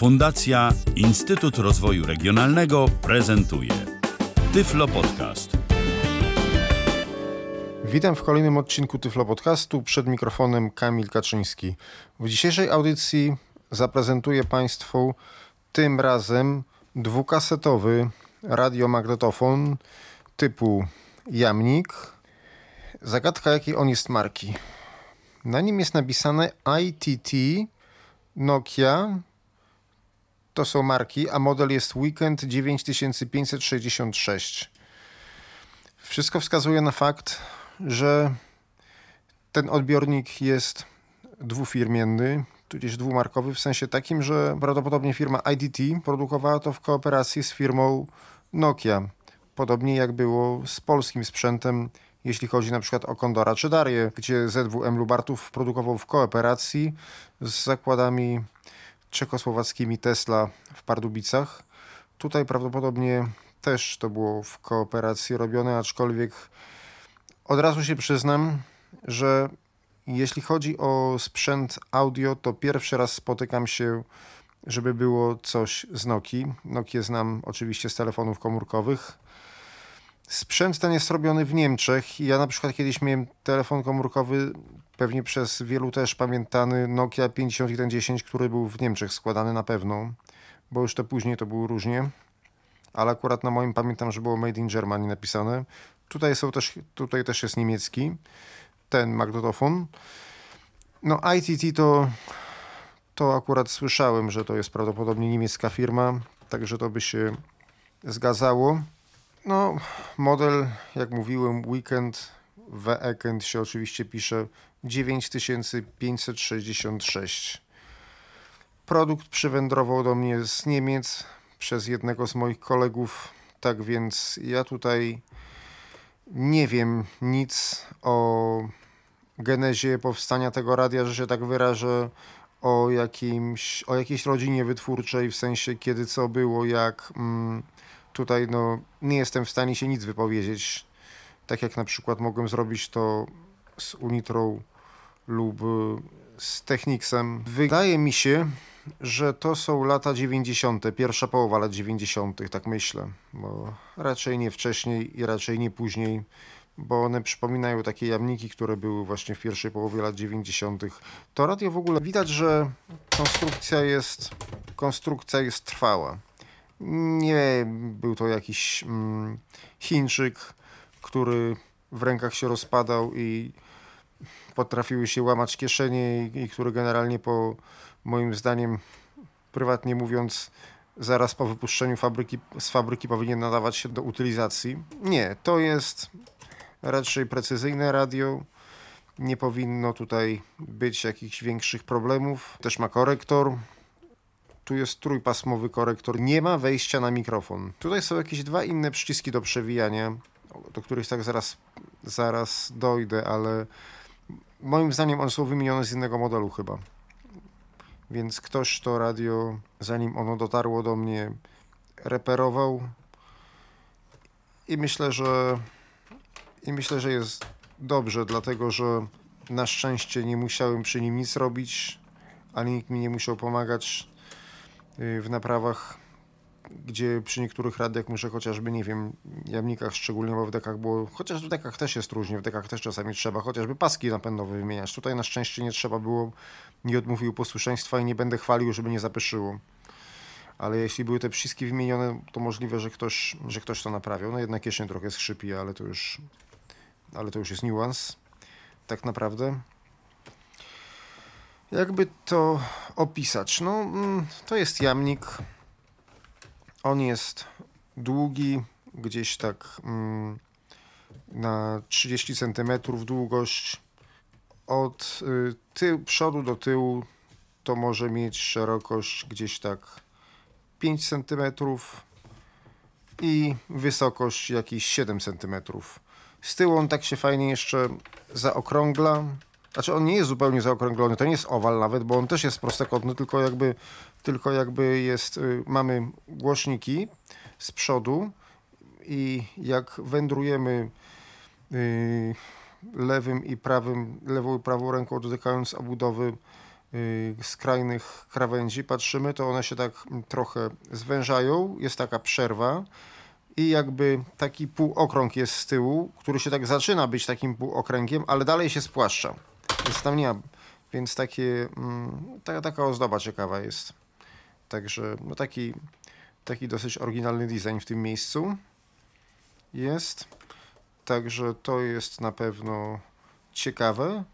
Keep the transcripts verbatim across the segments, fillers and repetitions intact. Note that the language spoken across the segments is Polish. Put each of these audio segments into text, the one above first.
Fundacja Instytut Rozwoju Regionalnego prezentuje Tyflo Podcast. Witam w kolejnym odcinku Tyflo Podcastu. Przed mikrofonem Kamil Kaczyński. W dzisiejszej audycji zaprezentuję Państwu tym razem dwukasetowy radiomagnetofon typu Jamnik. Zagadka, jakiej on jest marki. Na nim jest napisane I T T, Nokia. To są marki, a model jest Weekend dziewięć tysięcy pięćset sześćdziesiąt sześć. Wszystko wskazuje na fakt, że ten odbiornik jest dwufirmienny, tudzież dwumarkowy, w sensie takim, że prawdopodobnie firma I T T produkowała to w kooperacji z firmą Nokia. Podobnie jak było z polskim sprzętem, jeśli chodzi na przykład o Condora czy Darię, gdzie Z W M Lubartów produkował w kooperacji z zakładami czechosłowackimi Tesla w Pardubicach. Tutaj prawdopodobnie też to było w kooperacji robione, aczkolwiek od razu się przyznam, że jeśli chodzi o sprzęt audio, to pierwszy raz spotykam się, żeby było coś z Nokii. Nokię znam oczywiście z telefonów komórkowych. Sprzęt ten jest robiony w Niemczech. Ja na przykład kiedyś miałem telefon komórkowy, pewnie przez wielu też pamiętany, Nokia pięćdziesiąt jeden dziesięć, który był w Niemczech składany na pewno, bo już to później to było różnie, ale akurat na moim pamiętam, że było Made in Germany napisane. Tutaj są też, tutaj też jest niemiecki ten magnetofon. No I T T to, to akurat słyszałem, że to jest prawdopodobnie niemiecka firma, także to by się zgadzało. No, model, jak mówiłem, Weekend, Weekend się oczywiście pisze dziewięć tysięcy pięćset sześćdziesiąt sześć. Produkt przywędrował do mnie z Niemiec przez jednego z moich kolegów, tak więc ja tutaj nie wiem nic o genezie powstania tego radia, że się tak wyrażę, o, jakimś, o jakiejś rodzinie wytwórczej, w sensie kiedy co było, jak... Mm, Tutaj no, nie jestem w stanie się nic wypowiedzieć, tak jak na przykład mogłem zrobić to z Unitrą lub z Technicsem. Wydaje mi się, że to są lata dziewięćdziesiąte, pierwsza połowa lat dziewięćdziesiątych, tak myślę, bo raczej nie wcześniej i raczej nie później, bo one przypominają takie jamniki, które były właśnie w pierwszej połowie lat dziewięćdziesiątych. To radio w ogóle widać, że konstrukcja jest, konstrukcja jest trwała. Nie był to jakiś mm, Chińczyk, który w rękach się rozpadał i potrafiły się łamać kieszenie i, i który generalnie po, moim zdaniem, prywatnie mówiąc, zaraz po wypuszczeniu fabryki, z fabryki powinien nadawać się do utylizacji. Nie, to jest raczej precyzyjne radio. Nie powinno tutaj być jakichś większych problemów. Też ma korektor. Tu jest trójpasmowy korektor, nie ma wejścia na mikrofon. Tutaj są jakieś dwa inne przyciski do przewijania, do których tak zaraz, zaraz dojdę, ale moim zdaniem one są wymienione z innego modelu chyba. Więc ktoś to radio, zanim ono dotarło do mnie, reperował i myślę, że i myślę, że jest dobrze, dlatego że na szczęście nie musiałem przy nim nic robić, ani nikt mi nie musiał pomagać w naprawach, gdzie przy niektórych radiach muszę chociażby, nie wiem, jamnikach szczególnie, bo w dekach było, chociaż w dekach też jest różnie, w dekach też czasami trzeba chociażby paski napędowe wymieniać. Tutaj na szczęście nie trzeba było, nie odmówił posłuszeństwa i nie będę chwalił, żeby nie zapyszyło. Ale jeśli były te przyciski wymienione, to możliwe, że ktoś, że ktoś to naprawiał. No jednak kieszeń trochę skrzypi, ale to już, ale to już jest niuans, tak naprawdę. Jakby to opisać? No, to jest jamnik. On jest długi, gdzieś tak mm, na trzydzieści centymetrów długość. Od y, tył, przodu do tyłu to może mieć szerokość gdzieś tak pięć centymetrów i wysokość jakieś siedem centymetrów. Z tyłu on tak się fajnie jeszcze zaokrągla. Znaczy on nie jest zupełnie zaokrąglony, to nie jest owal nawet, bo on też jest prostokątny, tylko jakby, tylko jakby jest, y, mamy głośniki z przodu i jak wędrujemy y, lewym i prawym, lewą i prawą ręką dotykając obudowy yy, skrajnych krawędzi patrzymy, to one się tak trochę zwężają, jest taka przerwa i jakby taki półokrąg jest z tyłu, który się tak zaczyna być takim półokręgiem, ale dalej się spłaszcza. Więc tam nie ma, więc takie, mm, ta, taka ozdoba ciekawa jest. Także no taki, taki dosyć oryginalny design w tym miejscu jest. Także to jest na pewno ciekawe.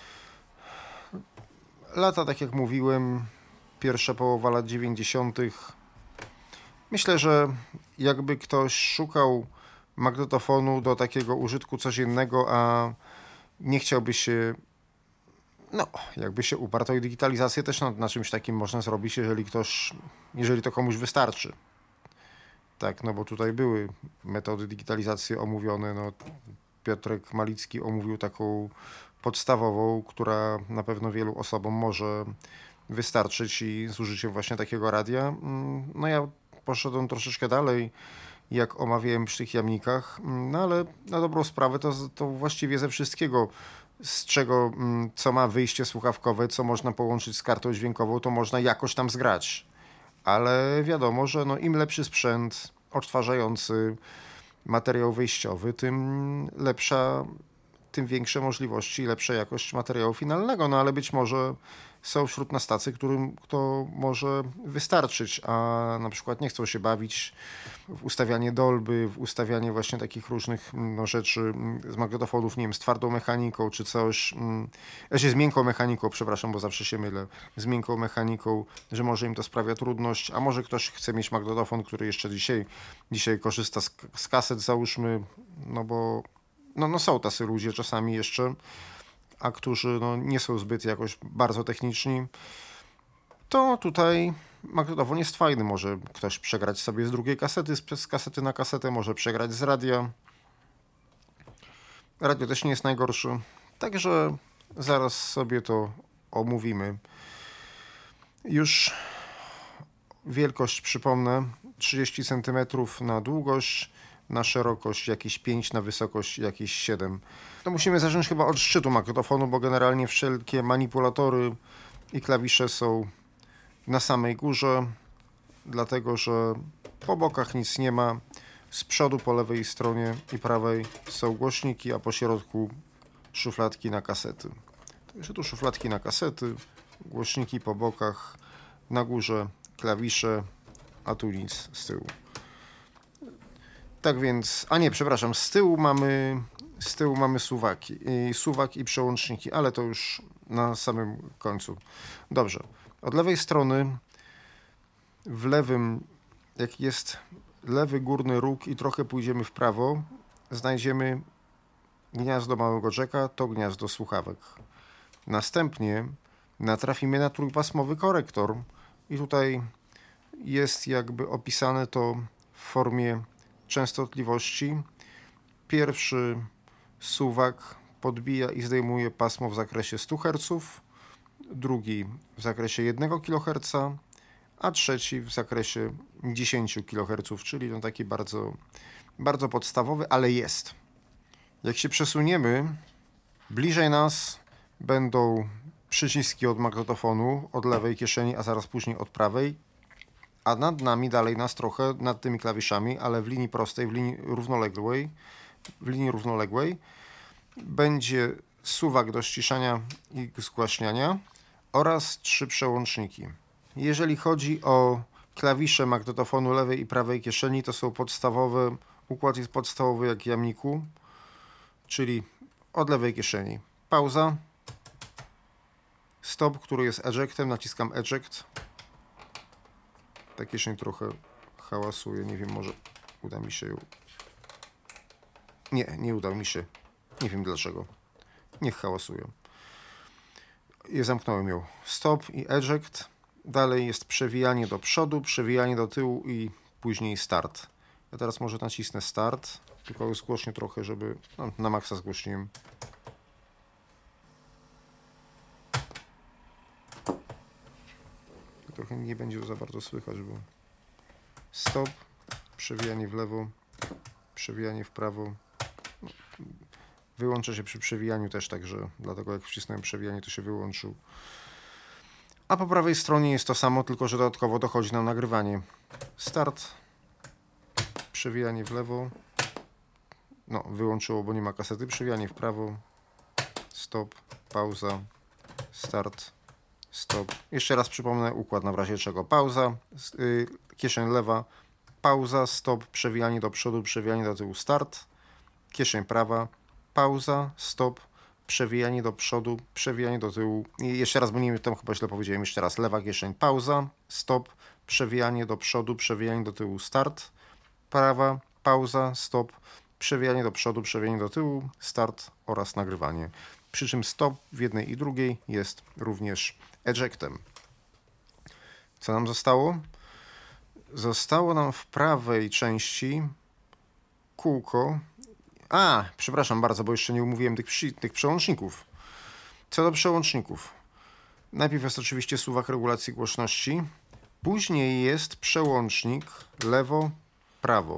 Lata, tak jak mówiłem, pierwsza połowa lat dziewięćdziesiątych. Myślę, że jakby ktoś szukał magnetofonu do takiego użytku codziennego, a nie chciałby się, no, jakby się uparł, to i digitalizację też na, na czymś takim można zrobić, jeżeli ktoś, jeżeli to komuś wystarczy. Tak, no bo tutaj były metody digitalizacji omówione, no Piotrek Malicki omówił taką podstawową, która na pewno wielu osobom może wystarczyć i z użyciem właśnie takiego radia. No ja poszedłem troszeczkę dalej, jak omawiałem przy tych jamnikach, no ale na dobrą sprawę to, to właściwie ze wszystkiego, z czego, co ma wyjście słuchawkowe, co można połączyć z kartą dźwiękową, to można jakoś tam zgrać. Ale wiadomo, że no im lepszy sprzęt odtwarzający materiał wyjściowy, tym lepsza, tym większe możliwości i lepsza jakość materiału finalnego. No ale być może są wśród nas tacy, którym to może wystarczyć, a na przykład nie chcą się bawić w ustawianie dolby, w ustawianie właśnie takich różnych no, rzeczy z magnetofonów, nie wiem, z twardą mechaniką, czy coś, znaczy z miękką mechaniką, przepraszam, bo zawsze się mylę, z miękką mechaniką, że może im to sprawia trudność, a może ktoś chce mieć magnetofon, który jeszcze dzisiaj, dzisiaj korzysta z, z kaset, załóżmy, no bo no, no są tacy ludzie czasami jeszcze, a którzy no, nie są zbyt jakoś bardzo techniczni, to tutaj magnetofon jest fajny. Może ktoś przegrać sobie z drugiej kasety, z kasety na kasetę, może przegrać z radia. Radio też nie jest najgorszy, także zaraz sobie to omówimy. Już wielkość, przypomnę, trzydzieści centymetrów na długość, na szerokość jakieś pięć, na wysokość jakieś siedem. To musimy zacząć chyba od szczytu magnetofonu, bo generalnie wszelkie manipulatory i klawisze są na samej górze, dlatego że po bokach nic nie ma. Z przodu po lewej stronie i prawej są głośniki, a po środku szufladki na kasety. Także tu szufladki na kasety, głośniki po bokach, na górze klawisze, a tu nic z tyłu. Tak więc, a nie, przepraszam, z tyłu mamy, z tyłu mamy suwaki, i suwak i przełączniki, ale to już na samym końcu. Dobrze, od lewej strony, w lewym, jak jest lewy górny róg i trochę pójdziemy w prawo, znajdziemy gniazdo małego jacka, to gniazdo słuchawek. Następnie natrafimy na trójpasmowy korektor i tutaj jest jakby opisane to w formie częstotliwości. Pierwszy suwak podbija i zdejmuje pasmo w zakresie stu herców, drugi w zakresie jednego kiloherca, a trzeci w zakresie dziesięciu kiloherców, czyli no taki bardzo, bardzo podstawowy, ale jest. Jak się przesuniemy, bliżej nas będą przyciski od magnetofonu, od lewej kieszeni, a zaraz później od prawej, a nad nami, dalej nas trochę, nad tymi klawiszami, ale w linii prostej, w linii równoległej, w linii równoległej będzie suwak do ściszania i zgłaśniania oraz trzy przełączniki. Jeżeli chodzi o klawisze magnetofonu lewej i prawej kieszeni, to są podstawowe, układ jest podstawowy jak w jamniku, czyli od lewej kieszeni pauza, stop, który jest ejectem, naciskam eject. Ta kieszeń trochę hałasuje, nie wiem, może uda mi się ją... Nie, nie uda mi się, nie wiem dlaczego. Niech hałasuje. I zamknąłem ją. Stop i eject. Dalej jest przewijanie do przodu, przewijanie do tyłu i później start. Ja teraz może nacisnę start, tylko zgłośnię trochę, żeby... No, na maksa zgłośniłem. Trochę nie będzie za bardzo słychać, bo... Stop, przewijanie w lewo, przewijanie w prawo. Wyłącza się przy przewijaniu też, także dlatego jak wcisnąłem przewijanie, to się wyłączył. A po prawej stronie jest to samo, tylko że dodatkowo dochodzi nam nagrywanie. Start, przewijanie w lewo, no wyłączyło, bo nie ma kasety, przewijanie w prawo, stop, pauza, start, stop. Jeszcze raz przypomnę układ na razie czego. Pauza, yy, kieszeń lewa, pauza, stop, przewijanie do przodu, przewijanie do tyłu, start, kieszeń prawa, pauza, stop, przewijanie do przodu, przewijanie do tyłu. I jeszcze raz, bo nie tam chyba źle powiedziałem, jeszcze raz. Lewa kieszeń, pauza, stop, przewijanie do przodu, przewijanie do tyłu, start, prawa, pauza, stop, przewijanie do przodu, przewijanie do tyłu, start oraz nagrywanie. Przy czym stop w jednej i drugiej jest również ejectem. Co nam zostało? Zostało nam w prawej części kółko. A, przepraszam bardzo, bo jeszcze nie umówiłem tych, przy, tych przełączników. Co do przełączników. Najpierw jest oczywiście suwak regulacji głośności. Później jest przełącznik lewo-prawo.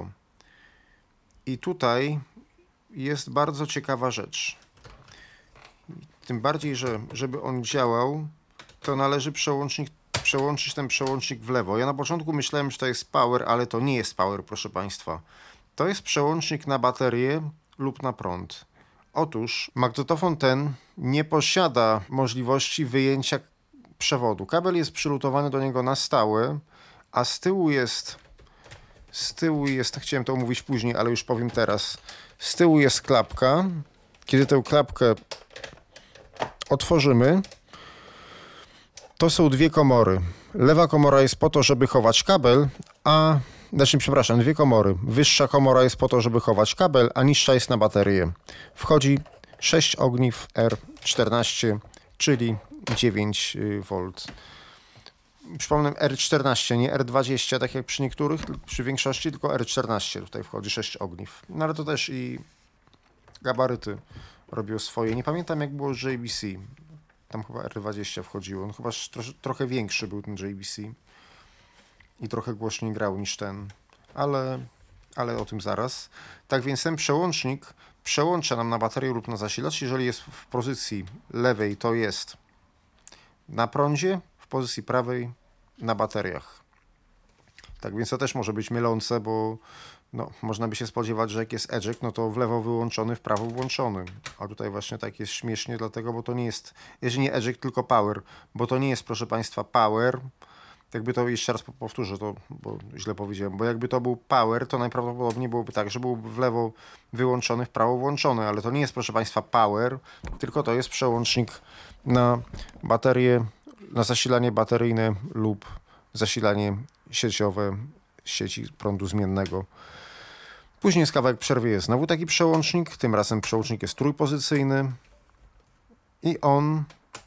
I tutaj jest bardzo ciekawa rzecz. Tym bardziej, że żeby on działał, to należy przełącznik, przełączyć ten przełącznik w lewo. Ja na początku myślałem, że to jest power, ale to nie jest power, proszę Państwa. To jest przełącznik na baterię lub na prąd. Otóż magnetofon ten nie posiada możliwości wyjęcia przewodu. Kabel jest przylutowany do niego na stałe, a z tyłu jest, z tyłu jest, chciałem to omówić później, ale już powiem teraz. Z tyłu jest klapka. Kiedy tę klapkę otworzymy, to są dwie komory. Lewa komora jest po to, żeby chować kabel, a Znaczy, przepraszam, dwie komory. Wyższa komora jest po to, żeby chować kabel, a niższa jest na baterię. Wchodzi sześć ogniw R czternaście, czyli dziewięć wolt. Przypomnę, R czternaście, nie R dwadzieścia, tak jak przy niektórych, przy większości, tylko R czternaście. Tutaj wchodzi sześć ogniw. No ale to też i gabaryty robią swoje. Nie pamiętam, jak było z J B C. Tam chyba R dwadzieścia wchodziło. No chyba tro trochę większy był ten J B C. I trochę głośniej grał niż ten, ale, ale o tym zaraz. Tak więc ten przełącznik przełącza nam na baterię lub na zasilacz. Jeżeli jest w pozycji lewej, to jest na prądzie, w pozycji prawej na bateriach. Tak więc to też może być mylące, bo no, można by się spodziewać, że jak jest eject, no to w lewo wyłączony, w prawo włączony. A tutaj właśnie tak jest śmiesznie, dlatego, bo to nie jest, jeżeli nie eject, tylko power, bo to nie jest, proszę Państwa, power. Jakby to, jeszcze raz powtórzę to, bo źle powiedziałem, bo jakby to był power, to najprawdopodobniej byłoby tak, że byłby w lewo wyłączony, w prawo włączony, ale to nie jest, proszę Państwa, power, tylko to jest przełącznik na baterię, na zasilanie bateryjne lub zasilanie sieciowe sieci prądu zmiennego. Później z kawałek przerwy jest znowu taki przełącznik, tym razem przełącznik jest trójpozycyjny i on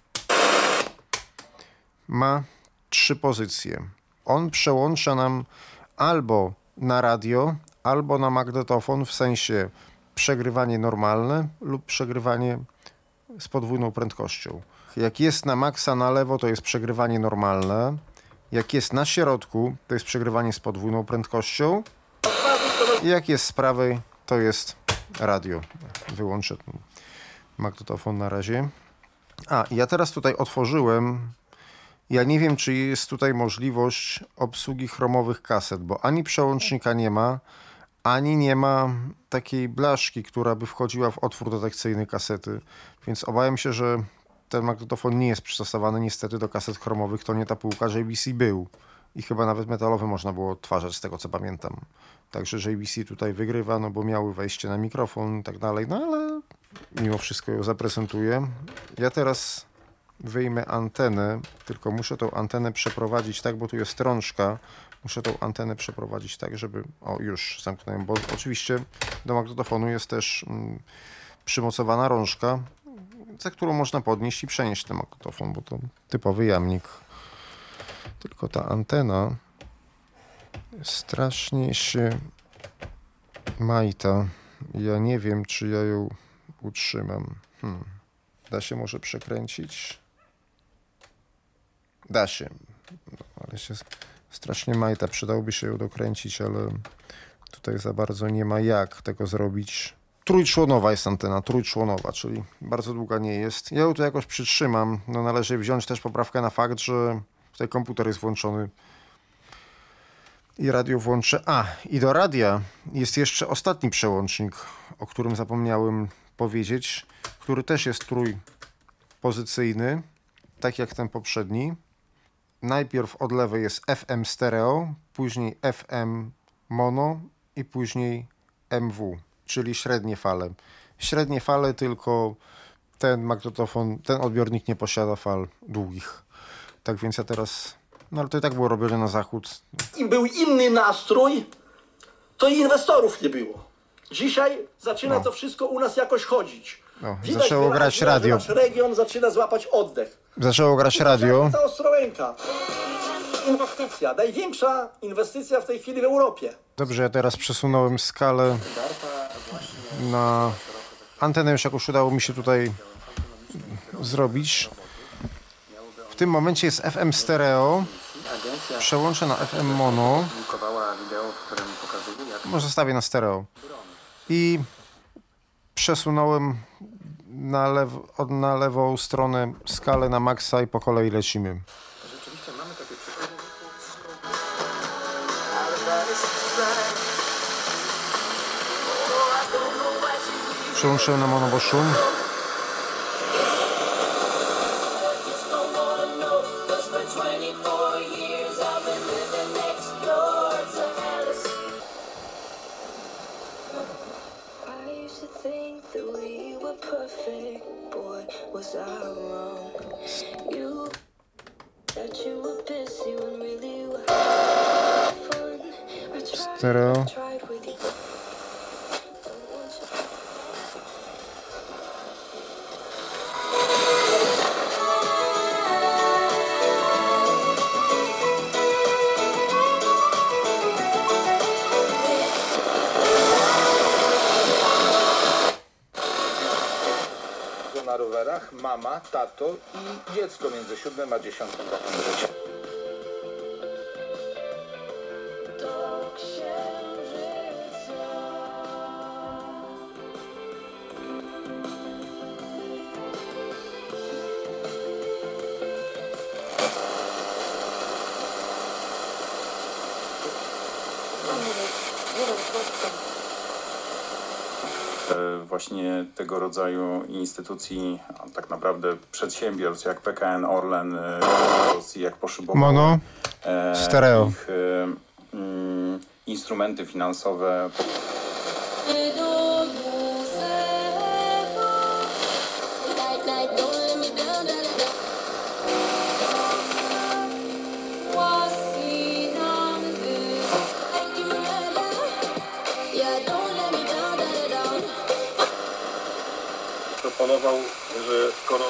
ma trzy pozycje. On przełącza nam albo na radio, albo na magnetofon, w sensie przegrywanie normalne lub przegrywanie z podwójną prędkością. Jak jest na maksa na lewo, to jest przegrywanie normalne. Jak jest na środku, to jest przegrywanie z podwójną prędkością. I jak jest z prawej, to jest radio. Wyłączę ten magnetofon na razie. A, ja teraz tutaj otworzyłem. Ja nie wiem, czy jest tutaj możliwość obsługi chromowych kaset, bo ani przełącznika nie ma, ani nie ma takiej blaszki, która by wchodziła w otwór detekcyjny kasety. Więc obawiam się, że ten magnetofon nie jest przystosowany niestety do kaset chromowych. To nie ta półka, J B C był. I chyba nawet metalowy można było odtwarzać, z tego co pamiętam. Także J B C tutaj wygrywa, no bo miały wejście na mikrofon i tak dalej. No ale mimo wszystko ją zaprezentuję. Ja teraz wyjmę antenę, tylko muszę tą antenę przeprowadzić tak, bo tu jest rączka. Muszę tą antenę przeprowadzić tak, żeby... O, już zamknąłem, bo oczywiście do magnetofonu jest też mm, przymocowana rączka, za którą można podnieść i przenieść ten magnetofon, bo to typowy jamnik. Tylko ta antena strasznie się majta. Ja nie wiem, czy ja ją utrzymam. Hmm. Da się może przekręcić? Da się. No, ale się strasznie majta. Przydałoby się ją dokręcić, ale tutaj za bardzo nie ma jak tego zrobić. trójczłonowa jest antena, trójczłonowa, czyli bardzo długa nie jest. Ja ją tu jakoś przytrzymam. No, należy wziąć też poprawkę na fakt, że tutaj komputer jest włączony i radio włączę. A, i do radia jest jeszcze ostatni przełącznik, o którym zapomniałem powiedzieć, który też jest trójpozycyjny, tak jak ten poprzedni. Najpierw od lewej jest F M stereo, później F M mono i później M W, czyli średnie fale. Średnie fale, tylko ten magnetofon, ten odbiornik nie posiada fal długich. Tak więc ja teraz... No ale to i tak było robione na zachód. Im był inny nastrój, to i inwestorów nie było. Dzisiaj zaczyna no. to wszystko u nas jakoś chodzić. No, zaczęło grać radio. Nasz region zaczyna złapać oddech. Zaczęło grać radio. Ta Ostrołęka. Inwestycja. Największa inwestycja w tej chwili w Europie. Dobrze, ja teraz przesunąłem skalę na antenę, już jakoś udało mi się tutaj zrobić. W tym momencie jest F M stereo. Przełączę na F M mono. Może zostawię na stereo. I przesunąłem na, lew, od, na lewą stronę skalę na maksa i po kolei lecimy. Rzeczywiście mamy takie przykłady. Przełączyłem na mono, bo szum. Stereo. Na rowerach mama, tato i dziecko między siódmym a dziesiątym rokiem życia. Właśnie tego rodzaju instytucji, a tak naprawdę przedsiębiorstw jak P K N, Orlen, Rosji, jak poszybowały mono, stereo. Ich e, mm, instrumenty finansowe. Proponował, że skoro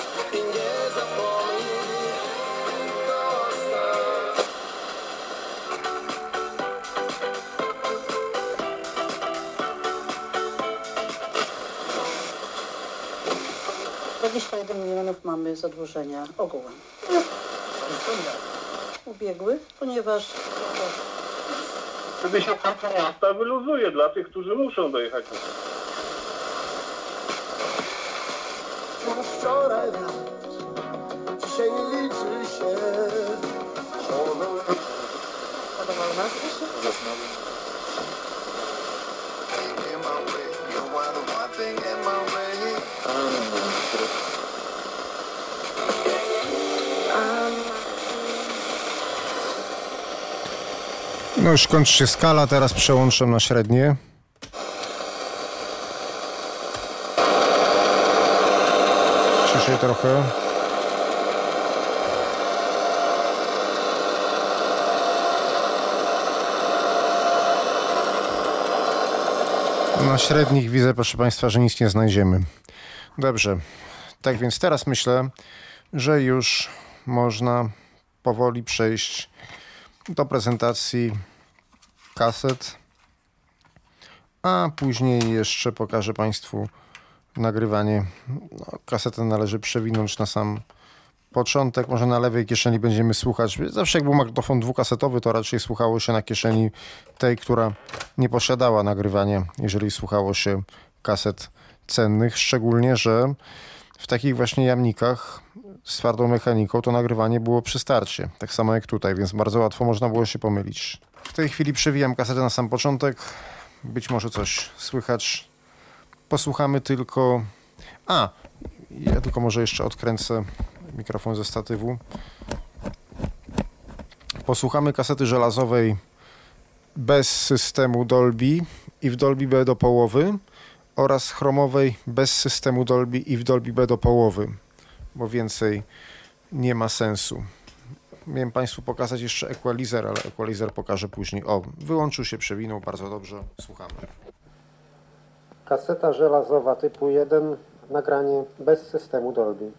dwadzieścia jeden milionów mamy zadłużenia ogółem. Ubiegły, ponieważ wtedy się karta miasta wyluzuje dla tych, którzy muszą dojechać. Wczoraj raz, dzisiaj nie liczy się. podobał nas. No już kończy się skala, teraz przełączę na średnie. Ciszej trochę. Na średnich widzę, proszę Państwa, że nic nie znajdziemy. Dobrze, tak więc teraz myślę, że już można powoli przejść do prezentacji kaset, a później jeszcze pokażę Państwu nagrywanie. No, kasetę należy przewinąć na sam początek. Może na lewej kieszeni będziemy słuchać. Zawsze jak był magnetofon dwukasetowy, to raczej słuchało się na kieszeni tej, która nie posiadała nagrywania, jeżeli słuchało się kaset cennych, szczególnie, że w takich właśnie jamnikach z twardą mechaniką to nagrywanie było przy starcie, tak samo jak tutaj, więc bardzo łatwo można było się pomylić. W tej chwili przewijam kasetę na sam początek, być może coś słychać. Posłuchamy tylko... A, ja tylko może jeszcze odkręcę mikrofon ze statywu. Posłuchamy kasety żelazowej bez systemu Dolby i w Dolby B do połowy oraz chromowej bez systemu Dolby i w Dolby B do połowy, bo więcej nie ma sensu. Miałem Państwu pokazać jeszcze equalizer, ale equalizer pokażę później. O, wyłączył się, przewinął, bardzo dobrze, słuchamy. Kaseta żelazowa typu jeden, nagranie bez systemu Dolby.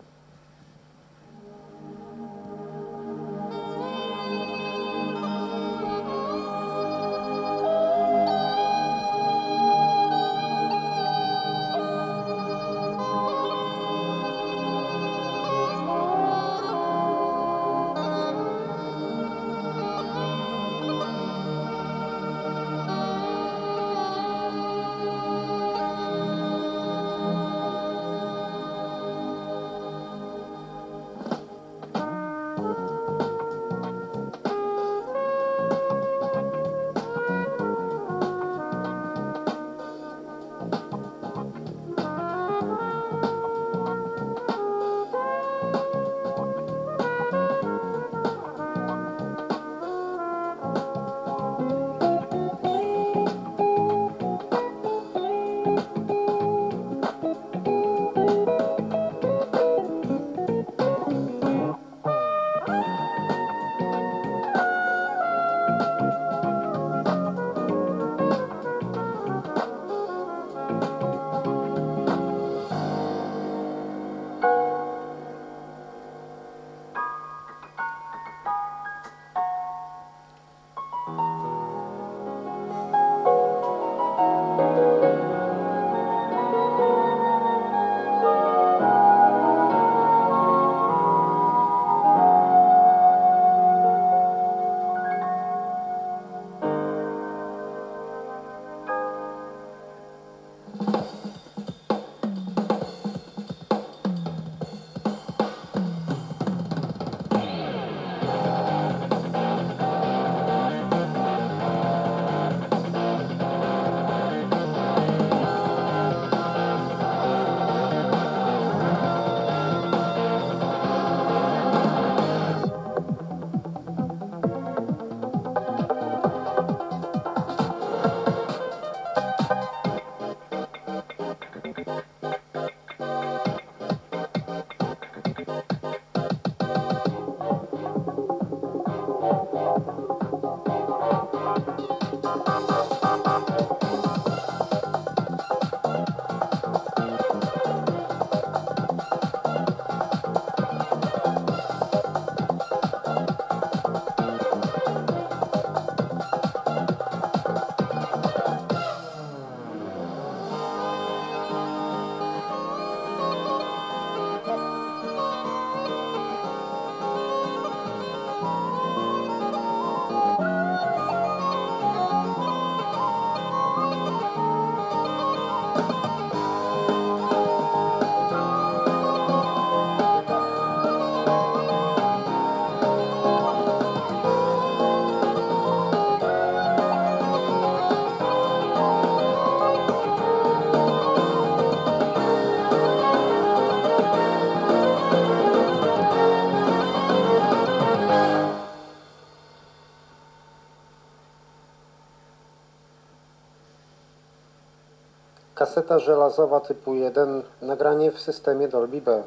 Kaseta żelazowa typu jeden, nagranie w systemie Dolby B.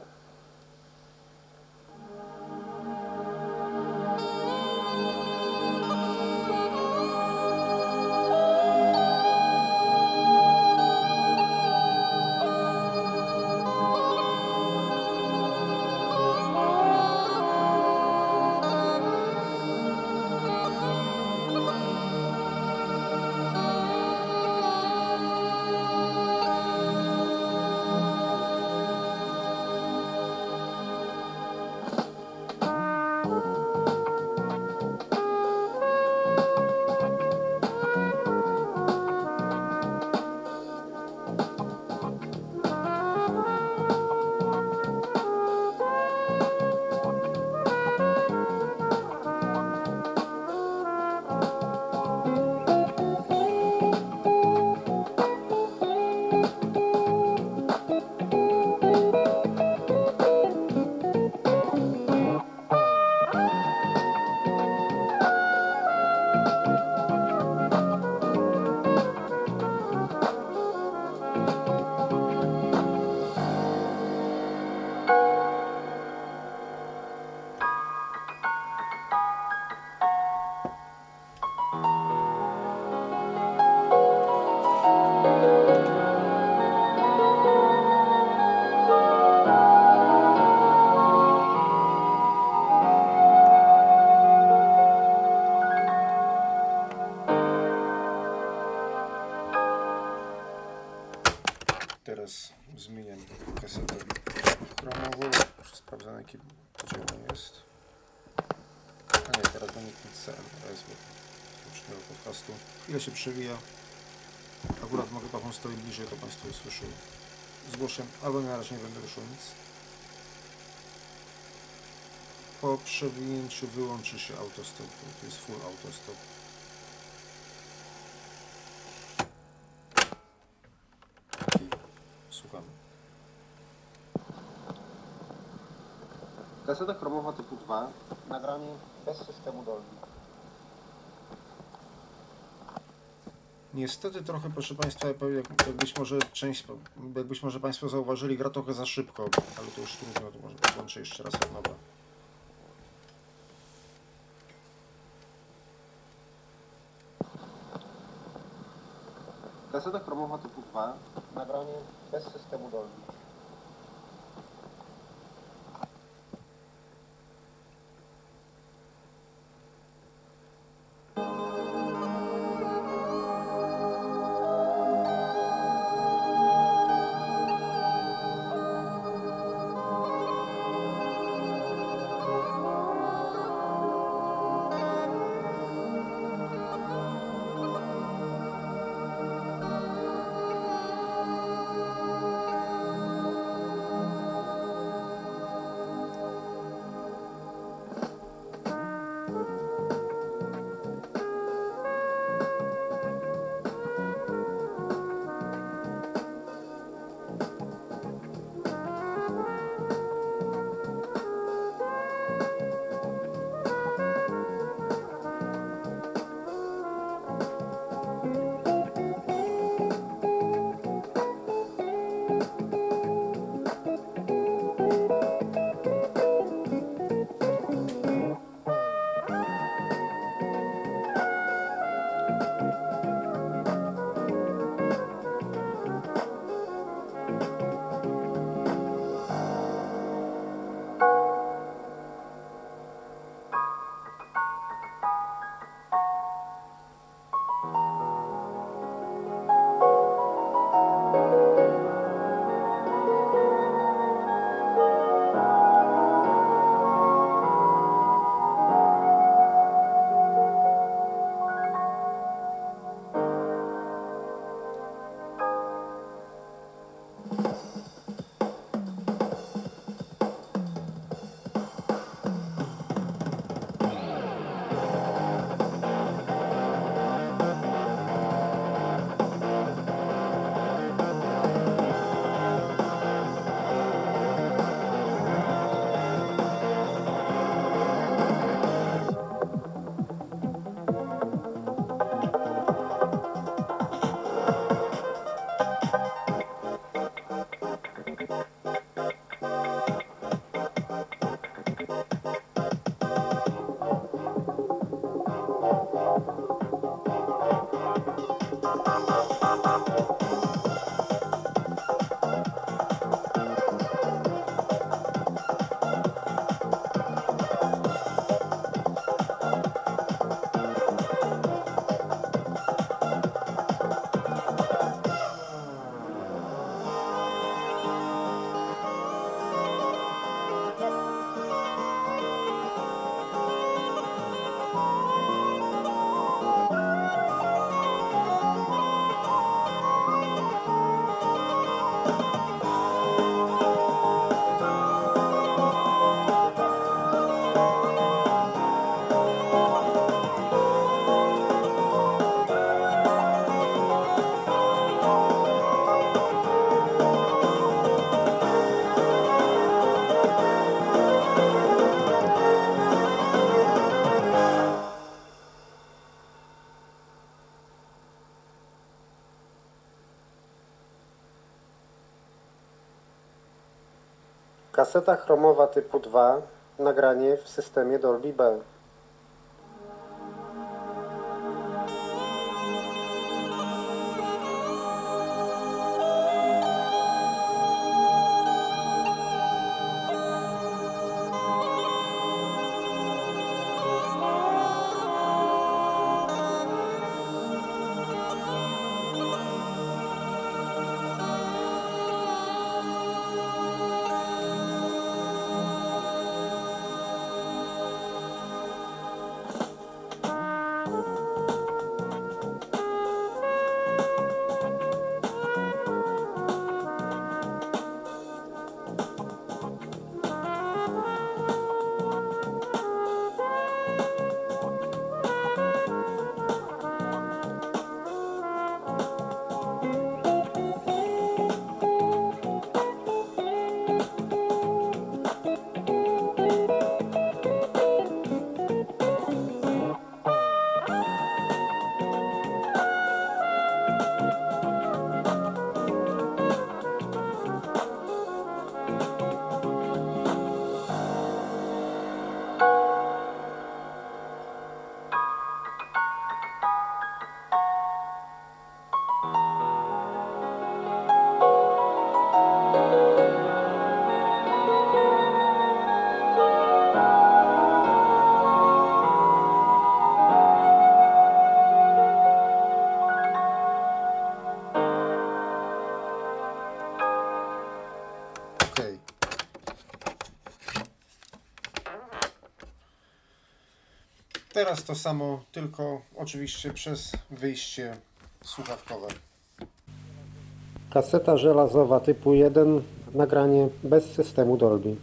sprawdzam, jaki podział jest. A nie, teraz będzie C L S, bo poprzedniego podcastu. Chwilę się przewija. Akurat mikrofon stoi bliżej, to Państwo usłyszą. Zgłoszę, albo na razie nie będę ruszył nic. Po przewinięciu wyłączy się autostop, to jest full autostop. Słuchamy. Kaseta chromowa typu dwa, nagranie bez systemu Dolby. Niestety trochę, proszę Państwa, jak, jak być może część, jak być może Państwo zauważyli, gra trochę za szybko, ale to już trudno, to może włączę jeszcze raz od nowa. Kaseta chromowa typu dwa, nagranie bez systemu Dolby. Kaseta chromowa typu dwa, nagranie w systemie Dolby B. teraz to samo, tylko oczywiście przez wyjście słuchawkowe. Kaseta żelazowa typu jeden, nagranie bez systemu Dolby.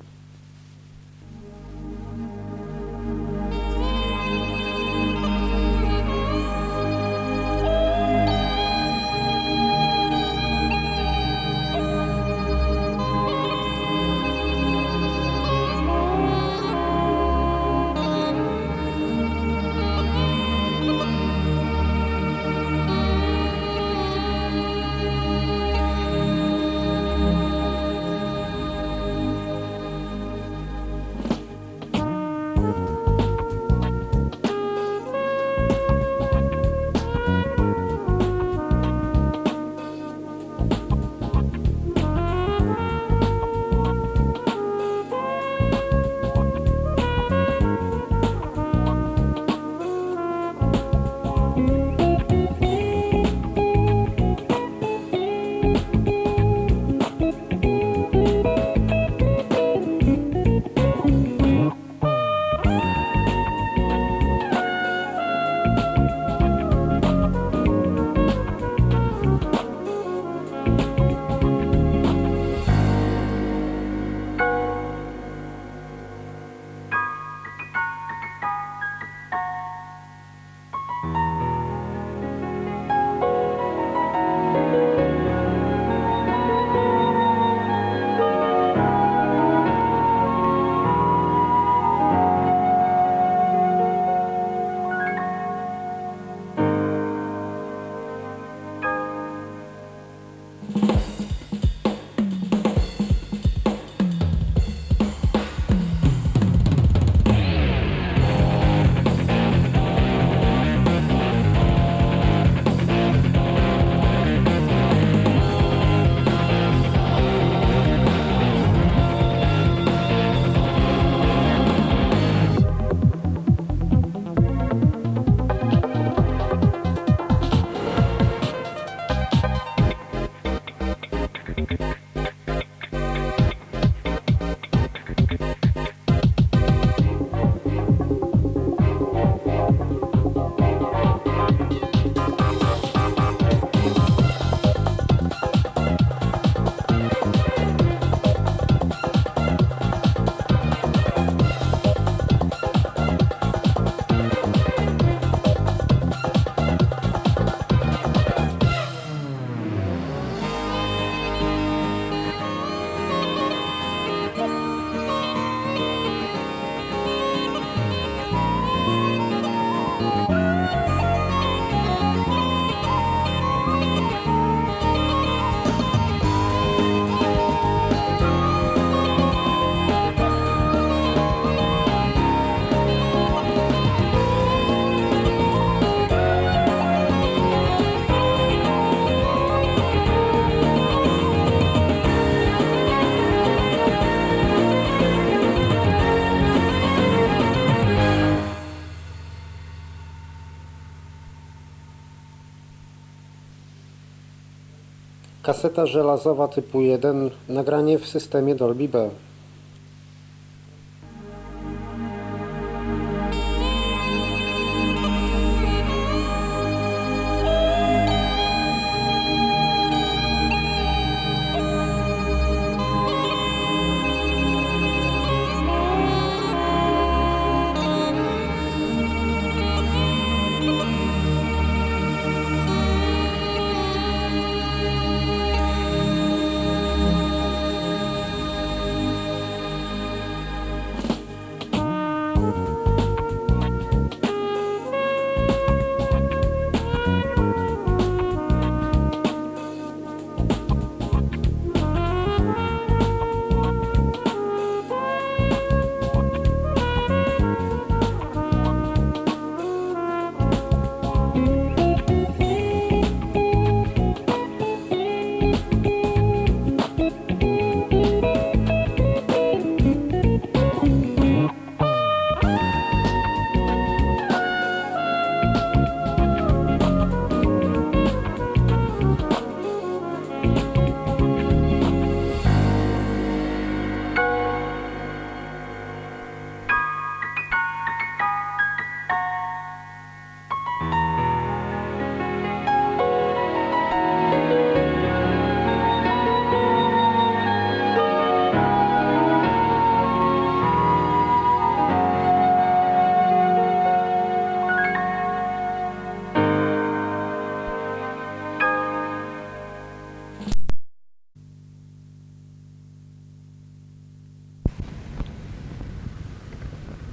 Kaseta żelazowa typu jeden, nagranie w systemie Dolby B.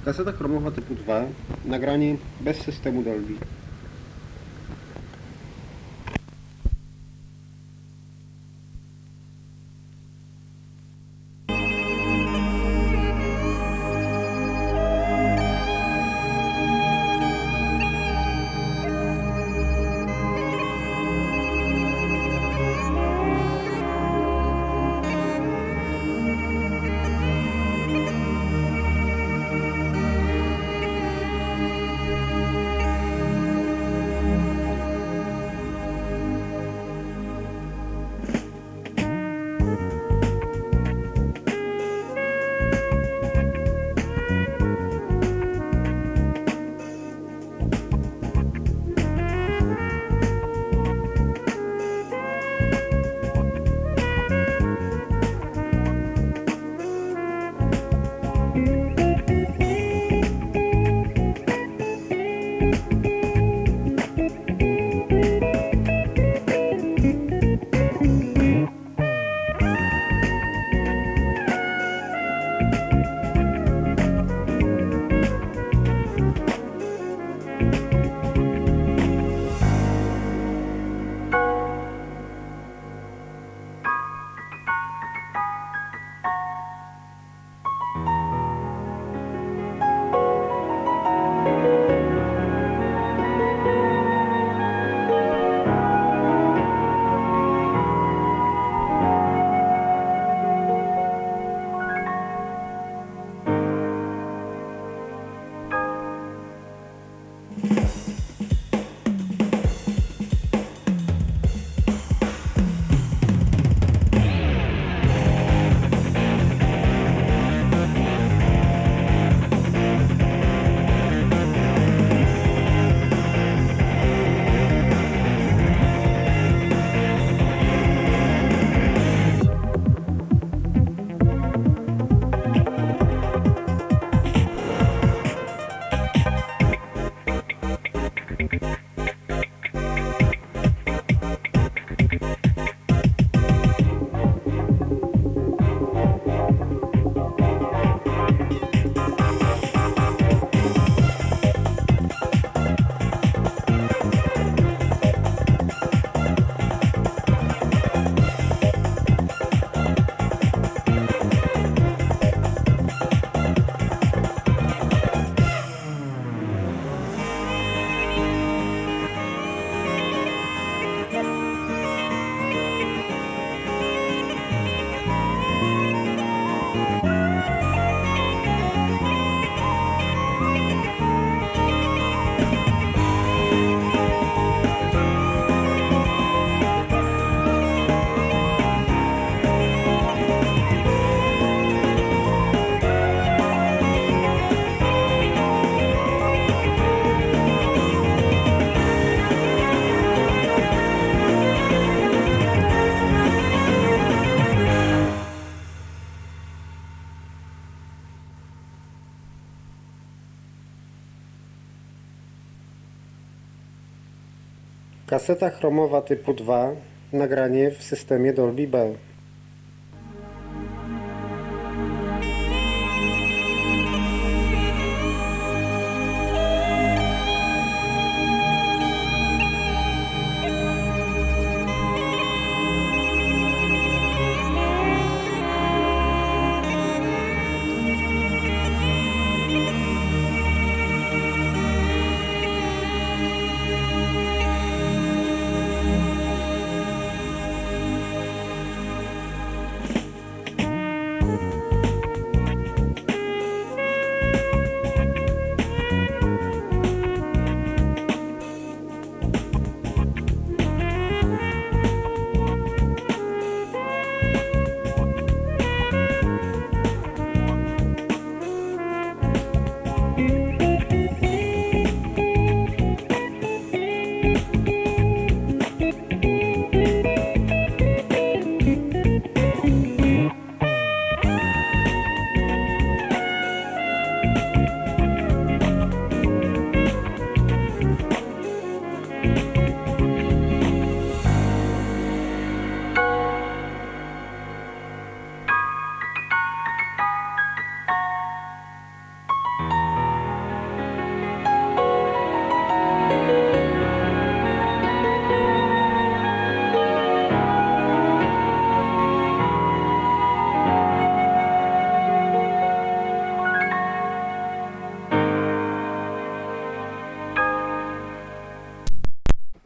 Kaseta chromowa typu dwa, nagranie bez systemu Dolby. Kaseta chromowa typu dwa, nagranie w systemie Dolby B.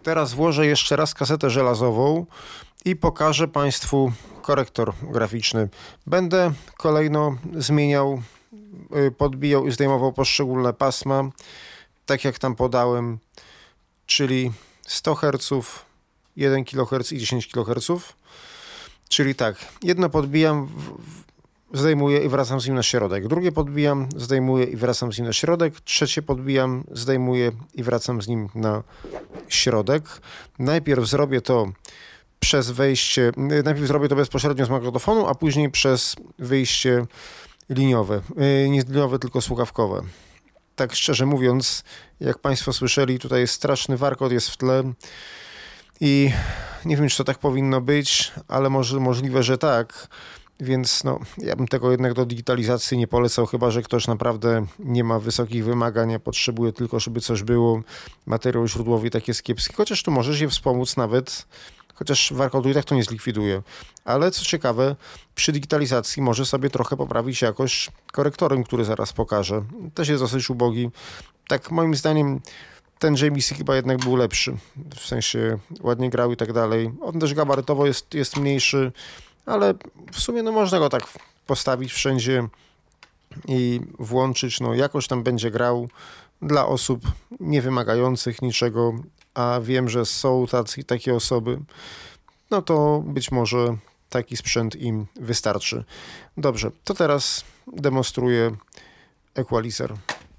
Teraz włożę jeszcze raz kasetę żelazową i pokażę Państwu korektor graficzny. Będę kolejno zmieniał, podbijał i zdejmował poszczególne pasma, tak jak tam podałem, czyli sto herców, jeden kiloherc i dziesięć kiloherców. Czyli tak, jedno podbijam, zdejmuję i wracam z nim na środek. Drugie podbijam, zdejmuję i wracam z nim na środek. Trzecie podbijam, zdejmuję i wracam z nim na środek. Najpierw zrobię to przez wejście, najpierw zrobię to bezpośrednio z magnetofonu, a później przez wyjście liniowe. Nie liniowe, tylko słuchawkowe. Tak szczerze mówiąc, jak Państwo słyszeli, tutaj jest straszny warkot, jest w tle i nie wiem, czy to tak powinno być, ale może, możliwe, że tak. Więc no, ja bym tego jednak do digitalizacji nie polecał, chyba że ktoś naprawdę nie ma wysokich wymagań, a potrzebuje tylko, żeby coś było. Materiał źródłowy tak jest kiepski, chociaż tu możesz je wspomóc nawet, chociaż warkotu i tak to nie zlikwiduje. Ale co ciekawe, przy digitalizacji może sobie trochę poprawić jakość korektorem, który zaraz pokażę. Też jest dosyć ubogi. Tak moim zdaniem ten Jamesy chyba jednak był lepszy, w sensie ładnie grał i tak dalej. On też gabarytowo jest, jest mniejszy, ale w sumie no można go tak postawić wszędzie i włączyć, no jakoś tam będzie grał dla osób niewymagających niczego, a wiem, że są tacy, takie osoby, no to być może taki sprzęt im wystarczy. Dobrze, to teraz demonstruję equalizer.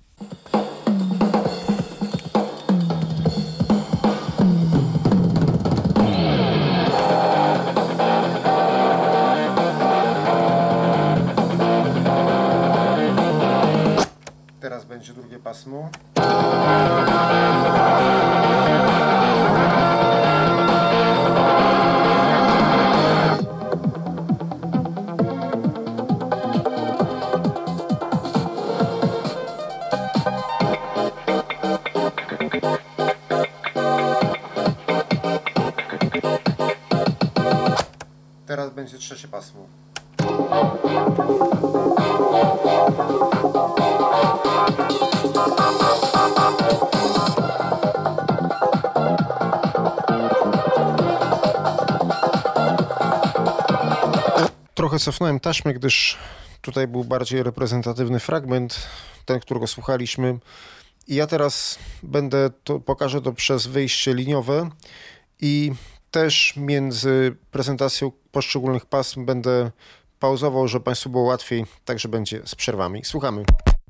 Teraz będzie drugie pasmo. Teraz będzie trzecie pasmo. Trochę cofnąłem taśmę, gdyż tutaj był bardziej reprezentatywny fragment, ten, którego słuchaliśmy. I ja teraz będę to, pokażę to przez wyjście liniowe i też między prezentacją poszczególnych pasm będę pauzował, żeby Państwu było łatwiej, także będzie z przerwami. Słuchamy.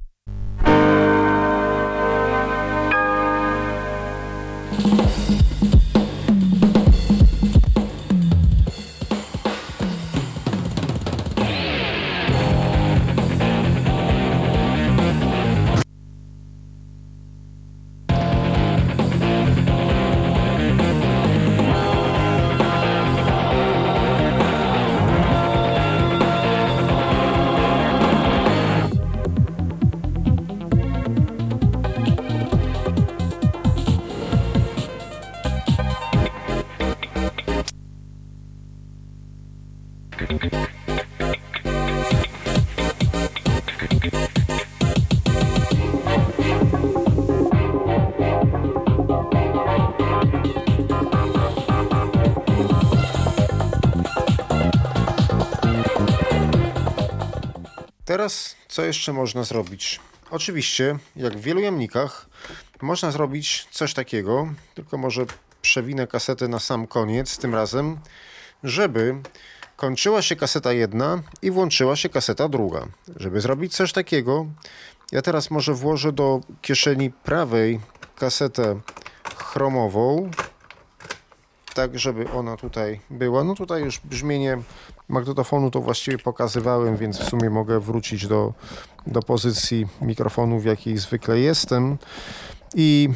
Teraz co jeszcze można zrobić? Oczywiście, jak w wielu jamnikach, można zrobić coś takiego, tylko może przewinę kasetę na sam koniec tym razem, żeby kończyła się kaseta jedna i włączyła się kaseta druga. Żeby zrobić coś takiego, ja teraz może włożę do kieszeni prawej kasetę chromową, tak żeby ona tutaj była. No tutaj już brzmienie magnetofonu to właściwie pokazywałem, więc w sumie mogę wrócić do, do pozycji mikrofonu, w jakiej zwykle jestem. I,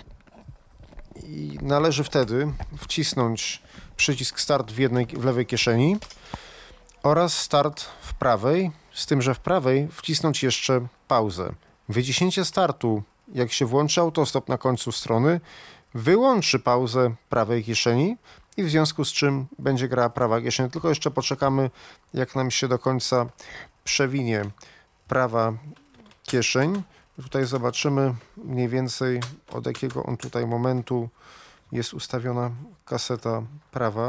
i należy wtedy wcisnąć przycisk start w, jednej, w lewej kieszeni oraz start w prawej, z tym, że w prawej wcisnąć jeszcze pauzę. Wyciśnięcie startu, jak się włączy autostop na końcu strony, wyłączy pauzę prawej kieszeni i w związku z czym będzie grała prawa kieszeń. Tylko jeszcze poczekamy, jak nam się do końca przewinie prawa kieszeń. Tutaj zobaczymy mniej więcej, od jakiego on tutaj momentu jest ustawiona kaseta prawa.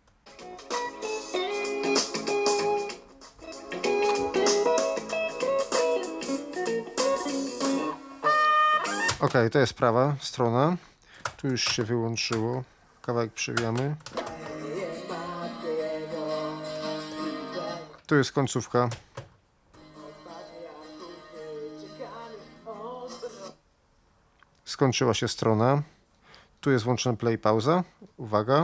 Ok, to jest prawa strona. Tu już się wyłączyło. Kawałek przewijamy. Tu jest końcówka. Skończyła się strona. Tu jest włączony play, pauza. Uwaga.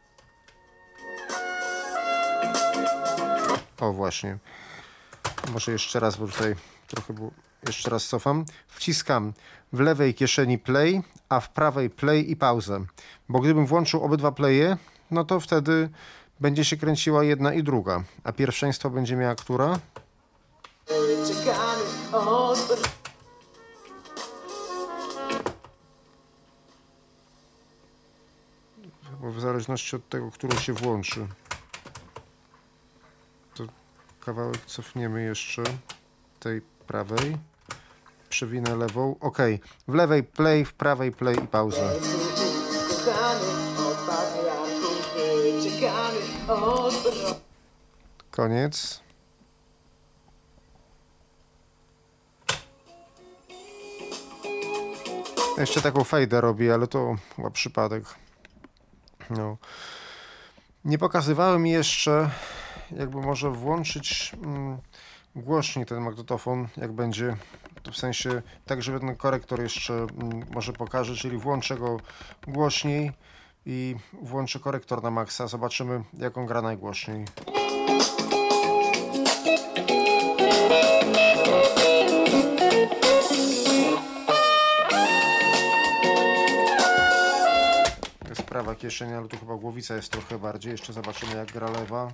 O, właśnie. Może jeszcze raz, bo tutaj trochę było... Jeszcze raz cofam. Wciskam w lewej kieszeni play, a w prawej play i pauzę. Bo gdybym włączył obydwa playe, no to wtedy będzie się kręciła jedna i druga. A pierwszeństwo będzie miała która? Bo w zależności od tego, którą się włączy. To kawałek cofniemy jeszcze tej prawej. Przewinę lewą. Ok. W lewej play, w prawej play i pauzę. Koniec. Jeszcze taką fejdę robię, ale to chyba przypadek. No. Nie pokazywałem jeszcze, jakby może włączyć mm, głośniej ten magnetofon, jak będzie, to w sensie tak, żeby ten korektor jeszcze mm, może pokaże, czyli włączę go głośniej i włączę korektor na maksa. Zobaczymy, jak on gra najgłośniej. Jest prawa kieszeń, ale tu chyba głowica jest trochę bardziej. Jeszcze zobaczymy, jak gra lewa.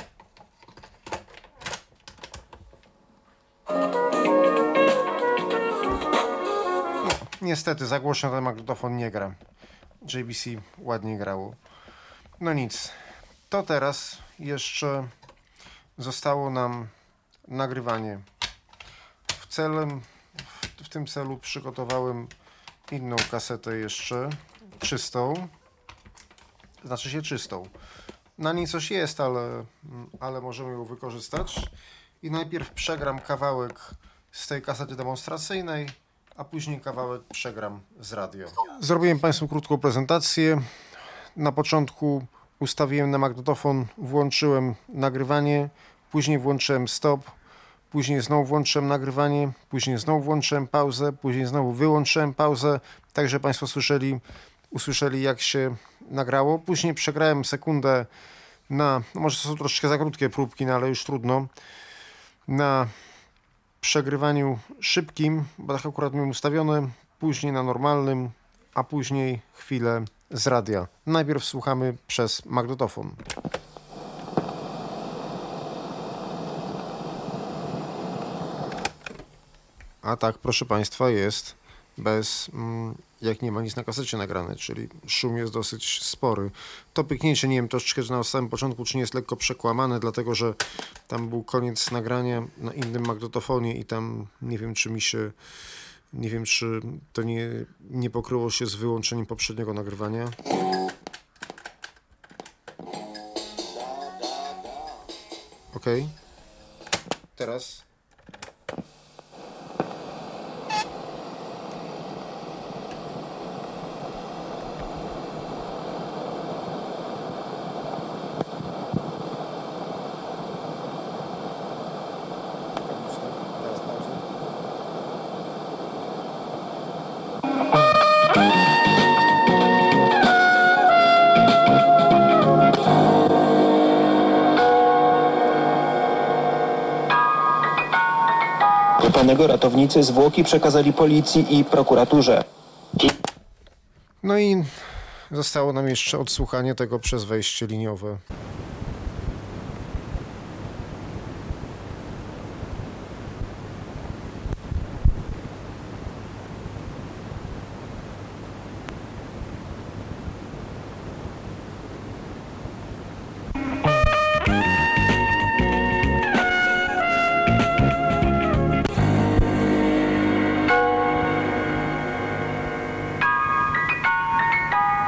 No, niestety, za głośno ten magnetofon nie gra. J B C ładnie grało. No nic. To teraz jeszcze zostało nam nagrywanie. W, celem, w, w tym celu przygotowałem inną kasetę jeszcze, czystą. Znaczy się czystą. Na niej coś jest, ale, ale możemy ją wykorzystać. I najpierw przegram kawałek z tej kasety demonstracyjnej, a później kawałek przegram z radio. Zrobiłem Państwu krótką prezentację. Na początku ustawiłem na magnetofon, włączyłem nagrywanie, później włączyłem stop, później znowu włączyłem nagrywanie, później znowu włączyłem pauzę, później znowu wyłączyłem pauzę, tak że Państwo słyszeli, usłyszeli, jak się nagrało. Później przegrałem sekundę na, no może to są troszeczkę za krótkie próbki, no ale już trudno, na przegrywaniu szybkim, bo tak akurat miałem ustawione, później na normalnym, a później chwilę z radia. Najpierw słuchamy przez magnetofon. A tak, proszę Państwa, jest bez, mm, jak nie ma nic na kasecie nagrane, czyli szum jest dosyć spory. To pyknięcie, nie wiem troszeczkę, że na samym początku, czy nie jest lekko przekłamane, dlatego że tam był koniec nagrania na innym magnetofonie i tam nie wiem, czy mi się, nie wiem, czy to nie, nie pokryło się z wyłączeniem poprzedniego nagrywania. Ok. Teraz Panego ratownicy zwłoki przekazali policji i prokuraturze. no i zostało nam jeszcze odsłuchanie tego przez wejście liniowe.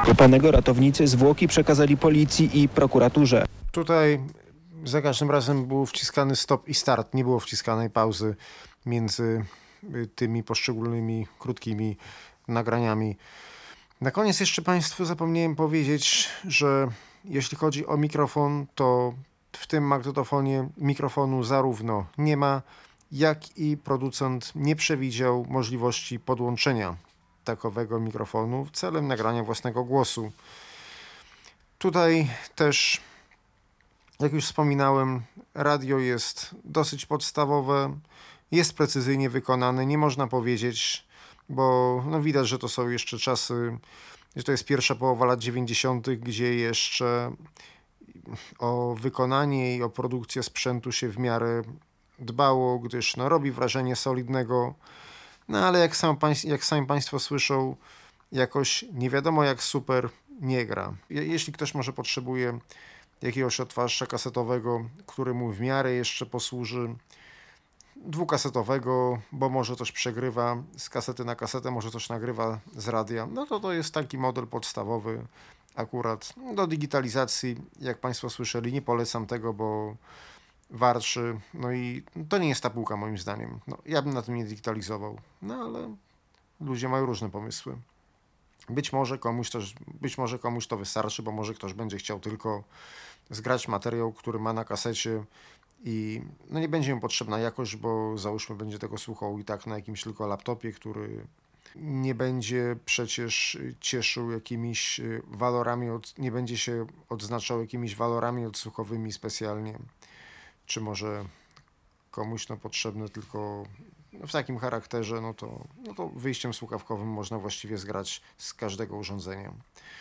Kopanego ratownicy zwłoki przekazali policji i prokuraturze. Tutaj za każdym razem był wciskany stop i start. Nie było wciskanej pauzy między tymi poszczególnymi krótkimi nagraniami. Na koniec jeszcze Państwu zapomniałem powiedzieć, że jeśli chodzi o mikrofon, to w tym magnetofonie mikrofonu zarówno nie ma, jak i producent nie przewidział możliwości podłączenia takowego mikrofonu celem nagrania własnego głosu. Tutaj też, jak już wspominałem, radio jest dosyć podstawowe, jest precyzyjnie wykonane, nie można powiedzieć, bo no widać, że to są jeszcze czasy, że to jest pierwsza połowa lat dziewięćdziesiątych, gdzie jeszcze o wykonanie i o produkcję sprzętu się w miarę dbało, gdyż no, robi wrażenie solidnego, no ale jak, sam, jak sami Państwo słyszą, jakoś nie wiadomo jak super nie gra. Jeśli ktoś może potrzebuje jakiegoś odtwarzacza kasetowego, który mu w miarę jeszcze posłuży, dwukasetowego, bo może coś przegrywa z kasety na kasetę, może coś nagrywa z radia, no to to jest taki model podstawowy akurat do digitalizacji. Jak Państwo słyszeli, nie polecam tego, bo warczy, no i to nie jest ta półka moim zdaniem. No, ja bym na tym nie digitalizował, no ale ludzie mają różne pomysły. Być może komuś to, być może komuś to wystarczy, bo może ktoś będzie chciał tylko zgrać materiał, który ma na kasecie i no nie będzie mu potrzebna jakość, bo załóżmy będzie tego słuchał i tak na jakimś tylko laptopie, który nie będzie przecież cieszył jakimiś walorami, od, nie będzie się odznaczał jakimiś walorami odsłuchowymi specjalnie, czy może komuś no, potrzebne tylko no, w takim charakterze, no to, no to wyjściem słuchawkowym można właściwie zgrać z każdego urządzenia.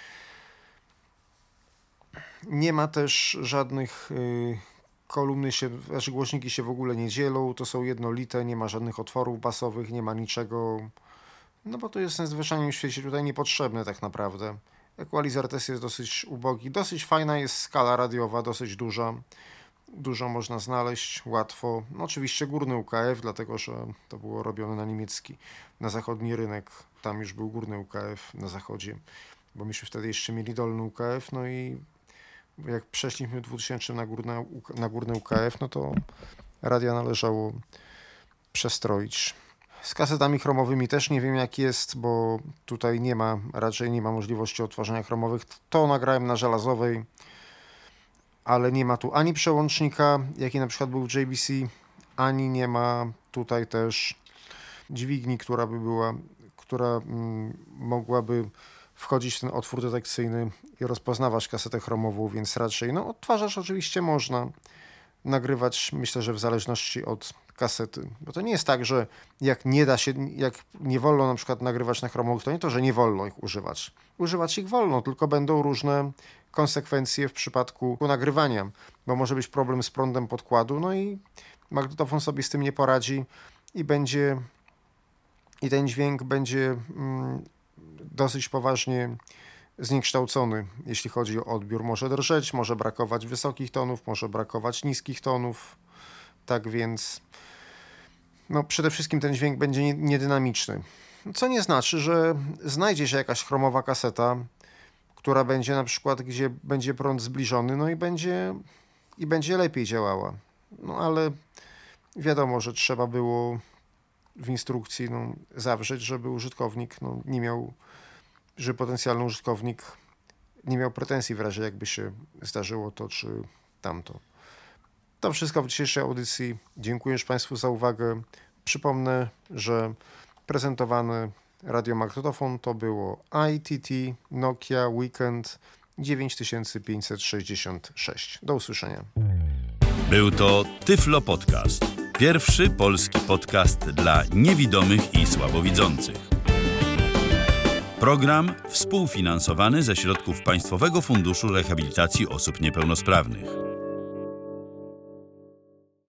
Nie ma też żadnych y, kolumny się, znaczy głośniki się w ogóle nie dzielą, to są jednolite, nie ma żadnych otworów basowych, nie ma niczego, no bo to jest najzwyczajniej w świecie tutaj niepotrzebne tak naprawdę. Equalizer też jest dosyć ubogi, dosyć fajna jest skala radiowa, dosyć duża, dużo można znaleźć, łatwo. No oczywiście górny U K F, dlatego że to było robione na niemiecki, na zachodni rynek, tam już był górny U K F na zachodzie, bo myśmy wtedy jeszcze mieli dolny U K F, no i jak przeszliśmy w dwutysięcznym na górny, na górny U K F, no to radia należało przestroić. Z kasetami chromowymi też nie wiem jak jest, bo tutaj nie ma, raczej nie ma możliwości odtwarzania chromowych. To nagrałem na żelazowej, ale nie ma tu ani przełącznika, jaki na przykład był w J B C, ani nie ma tutaj też dźwigni, która by była, która mm, mogłaby wchodzić w ten otwór detekcyjny i rozpoznawać kasetę chromową, więc raczej, no odtwarzacz oczywiście można nagrywać, myślę, że w zależności od kasety, bo to nie jest tak, że jak nie da się, jak nie wolno na przykład nagrywać na chromowych, to nie to, że nie wolno ich używać. Używać ich wolno, tylko będą różne konsekwencje w przypadku nagrywania, bo może być problem z prądem podkładu, no i magnetofon sobie z tym nie poradzi i będzie, i ten dźwięk będzie mm, dosyć poważnie zniekształcony, jeśli chodzi o odbiór. Może drżeć, może brakować wysokich tonów, może brakować niskich tonów, tak więc no przede wszystkim ten dźwięk będzie niedynamiczny, co nie znaczy, że znajdzie się jakaś chromowa kaseta, która będzie na przykład, gdzie będzie prąd zbliżony, no i będzie, i będzie lepiej działała. No ale wiadomo, że trzeba było w instrukcji no, zawrzeć, żeby użytkownik no, nie miał, żeby potencjalny użytkownik nie miał pretensji w razie jakby się zdarzyło to czy tamto. To wszystko w dzisiejszej audycji. Dziękuję już Państwu za uwagę. Przypomnę, że prezentowany radiomagnetofon to było I T T Nokia Weekend dziewięć tysięcy pięćset sześćdziesiąt sześć. Do usłyszenia. Był to Tyflo Podcast. Pierwszy polski podcast dla niewidomych i słabowidzących. Program współfinansowany ze środków Państwowego Funduszu Rehabilitacji Osób Niepełnosprawnych.